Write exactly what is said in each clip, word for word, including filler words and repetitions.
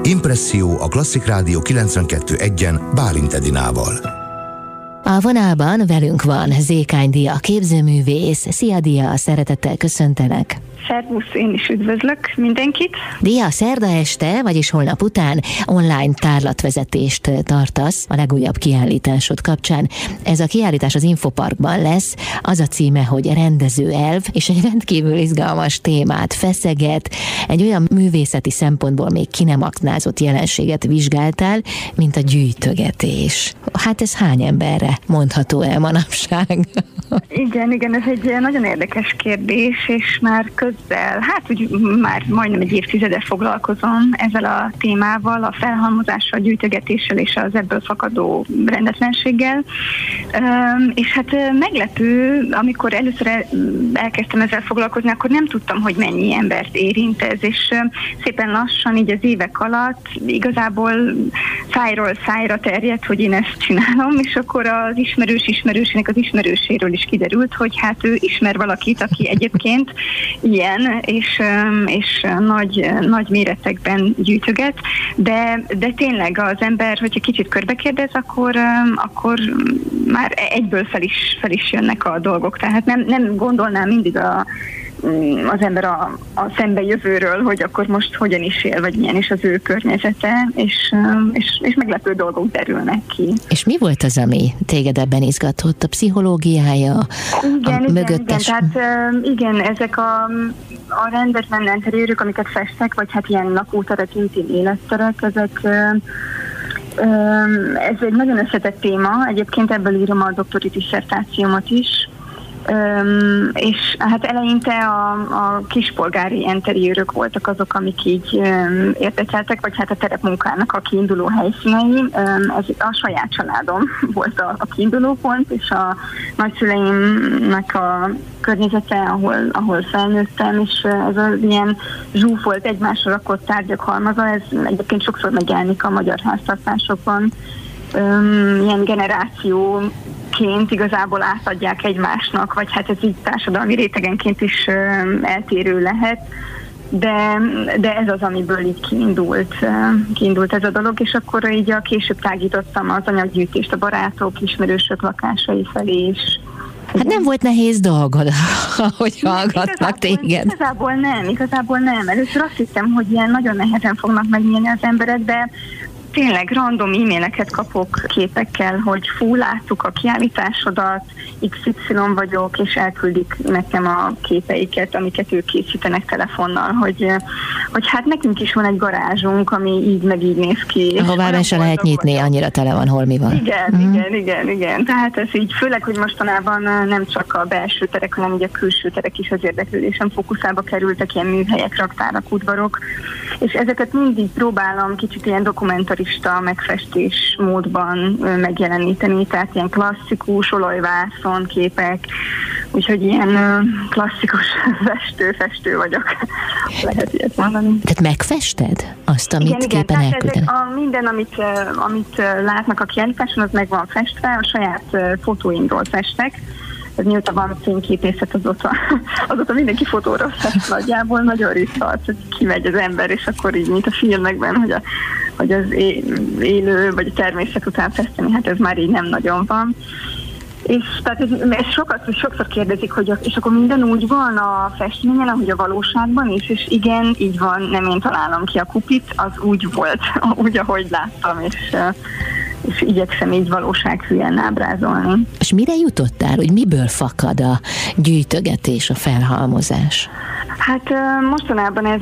Impresszió a Klasszik Rádió kilencvenkettő egyen Bálint Edinával. A vonalban velünk van Zékány Dia, képzőművész. Szia Dia, szeretettel köszöntelek. Szervusz, én is üdvözlök mindenkit. Dia, szerda este, vagyis holnap után online tárlatvezetést tartasz a legújabb kiállításod kapcsán. Ez a kiállítás az Infoparkban lesz, az a címe, hogy Rendező elv, és egy rendkívül izgalmas témát feszeget. Egy olyan művészeti szempontból még ki nem aknázott jelenséget vizsgáltál, mint a gyűjtögetés. Hát ez hány emberre mondható el manapság? Igen, igen, ez egy nagyon érdekes kérdés, és már közel, hát úgy már majdnem egy évtizede foglalkozom ezzel a témával, a felhalmozással, a gyűjtögetéssel és az ebből fakadó rendetlenséggel. És hát meglepő, amikor először elkezdtem ezzel foglalkozni, akkor nem tudtam, hogy mennyi embert érint ez, és szépen lassan így az évek alatt igazából szájról szájra terjedt, hogy én ezt csinálom, és akkor az ismerős ismerősének az ismerőséről is kiderült, hogy hát ő ismer valakit, aki egyébként ilyen, és, és nagy, nagy méretekben gyűjtöget, de, de tényleg az ember, hogyha kicsit körbekérdez, akkor, akkor már egyből fel is, fel is jönnek a dolgok. Tehát nem, nem gondolnám mindig a az ember a, a szembejövőről, hogy akkor most hogyan is él, vagy milyen is az ő környezete, és, és, és meglepő dolgok derülnek ki. És mi volt az, ami téged ebben izgatott? A pszichológiája? Igen, a igen, mögöttes... igen, tehát igen, ezek a, a rendetlen interiőrök, amiket festek, vagy hát ilyen lakóterek, intim életterek, ezek... Ez egy nagyon összetett téma, egyébként ebből írom a doktori disszertációmat is, Um, és hát eleinte a, a kispolgári interiőrök voltak azok, amik így um, érdekeltek, vagy hát a terepmunkának a kiinduló helyszínei. Um, ez a saját családom volt a, a kiinduló pont, és a nagyszüleimnek a környezete, ahol, ahol felnőttem, és ez az ilyen zsúfolt, egymásra rakott tárgyak halmaza, ez egyébként sokszor megjelenik a magyar háztartásokban. Um, ilyen generáció ként igazából átadják egymásnak, vagy hát ez így társadalmi rétegenként is ö, eltérő lehet, de, de ez az, amiből így kiindult, ö, kiindult ez a dolog, és akkor így a később tágítottam az anyaggyűjtést a barátok, ismerősök lakásai felé is. Hát nem volt nehéz dolgod, ahogy hallgatnak téged. Igazából nem, igazából nem. Először azt hittem, hogy ilyen nagyon nehezen fognak megnyílni az emberek, de tényleg random e-maileket kapok képekkel, hogy fú, láttuk a kiállításodat, iksz ipszilon vagyok, és elküldik nekem a képeiket, amiket ők készítenek telefonnal, hogy, hogy hát nekünk is van egy garázsunk, ami így meg így néz ki. Ahová be se lehet nyitni, vagyok. Annyira tele van, hol mi van. Igen, mm. igen, igen, igen. Tehát ez így, főleg, hogy mostanában nem csak a belső terek, hanem ugye a külső terek is az érdeklődésem fókuszába kerültek, ilyen műhelyek, raktárak, udvarok, és ezeket mindig próbálom kicsit ilyen dokumentarista megfestés módban megjeleníteni, tehát ilyen klasszikus olajvászon képek, úgyhogy ilyen klasszikus festő-festő vagyok, lehet ilyet mondani. Tehát megfested azt, amit igen, képen igen, elküldenek? A minden, amit, amit látnak a kiállításon, az meg van festve, a saját fotóimról festek. Ez mióta van fényképészet, azóta, azóta mindenki fotóra fest nagyjából, nagyon ritka az, hogy kimegy az ember, és akkor így, mint a filmekben, hogy, a, hogy az élő, vagy a természet után festeni, hát ez már így nem nagyon van. És tehát ez, ez sokat, sokszor kérdezik, hogy és akkor minden úgy van a festményen, ahogy a valóságban is, és igen, így van, nem én találom ki a kupit, az úgy volt, úgy, ahogy láttam, és... és igyekszem így valósághűen ábrázolni. És mire jutottál, hogy miből fakad a gyűjtögetés, a felhalmozás? Hát mostanában ez,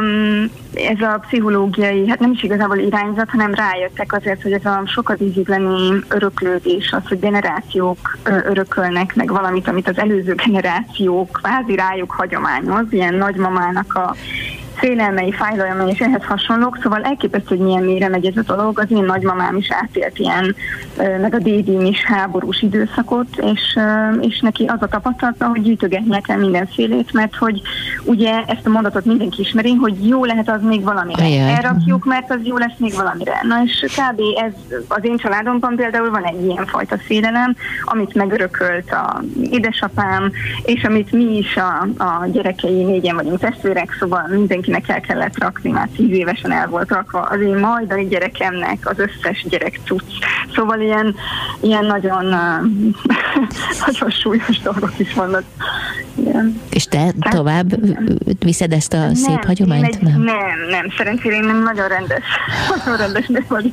ez a pszichológiai, hát nem is igazából irányzat, hanem rájöttek azért, hogy ez a sokat íziglenő öröklődés, az, hogy generációk örökölnek meg valamit, amit az előző generációk kvázi rájuk hagyományoz, ilyen nagymamának a félelmei, fájdalmai és ehhez hasonlók, szóval elképesztő, hogy milyen mélyre megy ez a dolog. Az én nagymamám is átélt ilyen, meg a dédím is háborús időszakot, és, és neki az a tapasztalata, hogy gyűjtögetnie kell mindenfélét, mert hogy ugye ezt a mondatot mindenki ismeri, hogy jó lehet az még valamire. Ajaj. Elrakjuk, mert az jó lesz még valamire. Na és kb. Ez az én családomban például van egy ilyen fajta félelem, amit megörökölt a édesapám, és amit mi is a, a gyerekei, négyen vagyunk testvérek, szóval mindenki mindenkinek el kellett rakni, már tíz évesen el volt rakva az én majdani gyerekemnek az összes gyerek cucc. Szóval ilyen, ilyen nagyon, nagyon súlyos dolgok is vannak. Igen. És te Tehát, tovább igen. viszed ezt a nem, szép hagyományt? Egy, nem, nem, nem. Szerencsére én nem nagyon rendes, nagyon rendes nép vagyok.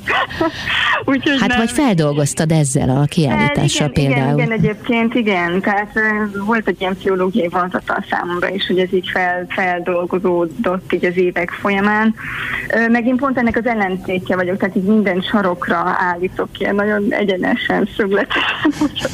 Úgyhogy hát nem. Vagy feldolgoztad ezzel a kiállítással igen, például? Igen, igen, egyébként igen. Tehát volt egy ilyen pszichológiai vonzata a számomra is, hogy ez így fel, feldolgozódott így az évek folyamán. Meg én pont ennek az ellentétje vagyok, tehát így minden sarokra állítok ilyen nagyon egyenesen, szögletesen. Úgyhogy,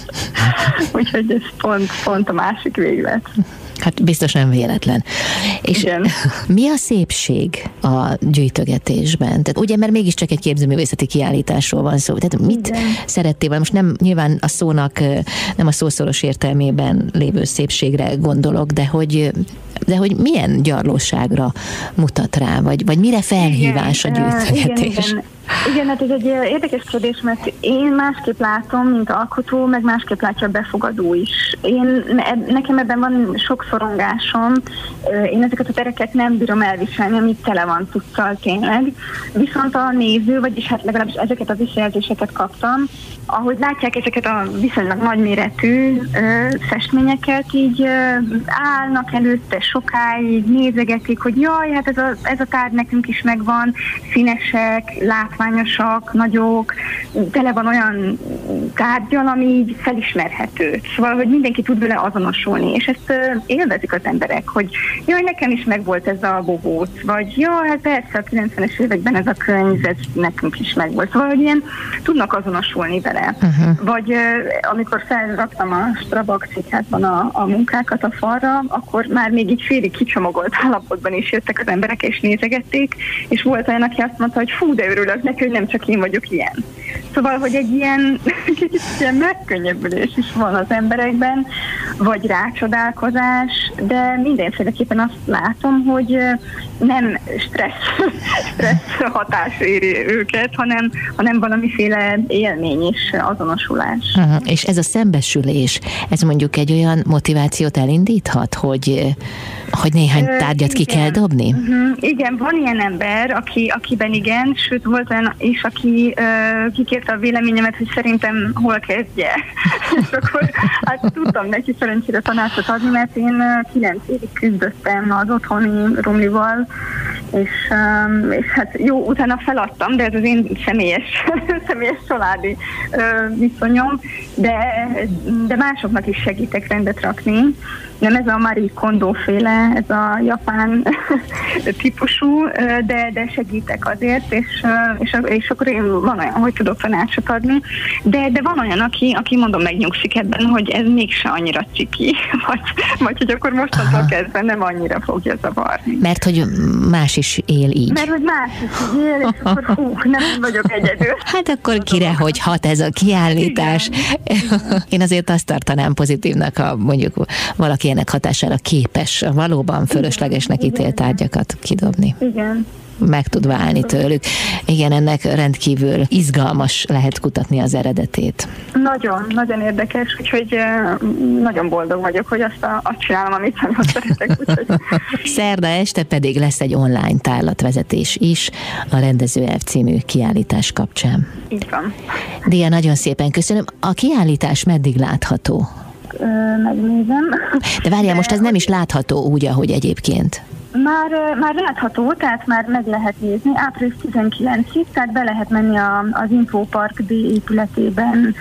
úgyhogy ez pont, pont a másik véglet. Hát biztos nem véletlen. És igen. Mi a szépség a gyűjtögetésben? Tehát ugye, mert mégiscsak egy képzőművészeti kiállításról van szó. Tehát mit igen. szerettél? Most nem nyilván a szónak, nem a szószoros értelmében lévő szépségre gondolok, de hogy, de hogy milyen gyarlóságra mutat rá, vagy, vagy mire felhívás igen. a gyűjtögetés? Igen, igen. Igen, hát ez egy érdekes kérdés, mert én másképp látom, mint alkotó, meg másképp látja a befogadó is. Én, nekem ebben van sok szorongásom, én ezeket a tereket nem bírom elviselni, amit tele van cuccal tényleg, viszont a néző, vagyis hát legalábbis ezeket a visszajelzéseket kaptam, ahogy látják ezeket a viszonylag nagyméretű ö, festményeket, így ö, állnak előtte sokáig, nézegetik, hogy jaj, hát ez a, ez a tárgy nekünk is megvan, színesek, látványosak, nagyok, tele van olyan tárgyal, ami így felismerhető. Szóval, hogy mindenki tud vele azonosulni, és ezt ö, élvezik az emberek, hogy jaj, nekem is megvolt ez a bohóc, vagy jaj, hát persze a kilencvenes években ez a könyv, ez nekünk is megvolt. Szóval, hogy ilyen tudnak azonosulni vele. Uh-huh. Vagy uh, amikor felraktam a Strabag székházban a, a munkákat a falra, akkor már még így félig kicsomagolt állapotban is jöttek az emberek és nézegették, és volt olyan, aki azt mondta, hogy fú, de örülök neki, hogy nem csak én vagyok ilyen. Szóval, hogy egy ilyen, kicsit ilyen megkönnyebbülés is van az emberekben, vagy rácsodálkozás, de mindenféleképpen azt látom, hogy nem stressz, stressz hatás éri őket, hanem, hanem valamiféle élmény és azonosulás. Uh-huh. És ez a szembesülés, ez mondjuk egy olyan motivációt elindíthat, hogy, hogy néhány tárgyat ki kell dobni? Uh-huh. Igen, van ilyen ember, aki, akiben igen, sőt volt olyan is, aki uh, kikérte a véleményemet, hogy szerintem hol kezdje. És akkor hát tudtam neki szerencsére tanácsot adni, mert én kilenc évig küzdöttem az otthoni rumlival, és, um, és hát jó, utána feladtam, de ez az én személyes, személyes családi uh, viszonyom, de, de másoknak is segítek rendet rakni. Nem ez a Marie Kondo féle, ez a japán típusú, de, de segítek azért, és, és, és akkor én van olyan, hogy tudok tanácsot adni, de, de van olyan, aki, aki mondom, megnyugszik ebben, hogy ez mégse annyira ciki, vagy, vagy hogy akkor mostantól kezdve nem annyira fogja zavarni. Mert hogy más is él így. Mert hogy más is így él, és akkor hú, nem vagyok egyedül. Hát akkor kire, hogy hat ez a kiállítás. Igen. Én azért azt tartanám pozitívnak, ha mondjuk valaki ennek hatására képes valóban fölöslegesnek ítélt tárgyakat kidobni. Igen. Meg tud válni tőlük. Igen, ennek rendkívül izgalmas lehet kutatni az eredetét. Nagyon, nagyon érdekes, úgyhogy nagyon boldog vagyok, hogy azt, a, azt csinálom, amit nagyon szeretek. Úgyhogy... Szerda este pedig lesz egy online tárlatvezetés is a Rendező Elv című kiállítás kapcsán. Így van. Dia, nagyon szépen köszönöm. A kiállítás meddig látható? Megnézem. De várjál, most ez nem is látható úgy, ahogy egyébként. Már, már látható, tehát már meg lehet nézni, április tizenkilencedikéig, tehát be lehet menni a, az Infopark D épületében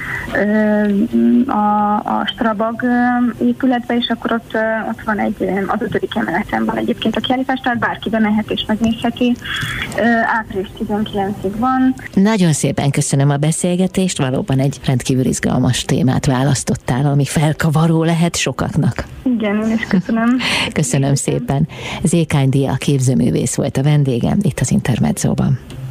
a, a Strabag épületbe, és akkor ott, ott van egy, az ötödik emeleten van egyébként a kiállítás, tehát bárki bemehet és megnézheti. április tizenkilencedikéig van. Nagyon szépen köszönöm a beszélgetést, valóban egy rendkívül izgalmas témát választottál, ami felkavaró lehet sokaknak. Igen, én is köszönöm. Köszönöm szépen. Zékány Dia képzőművész volt a vendégem itt az Intermedzóban.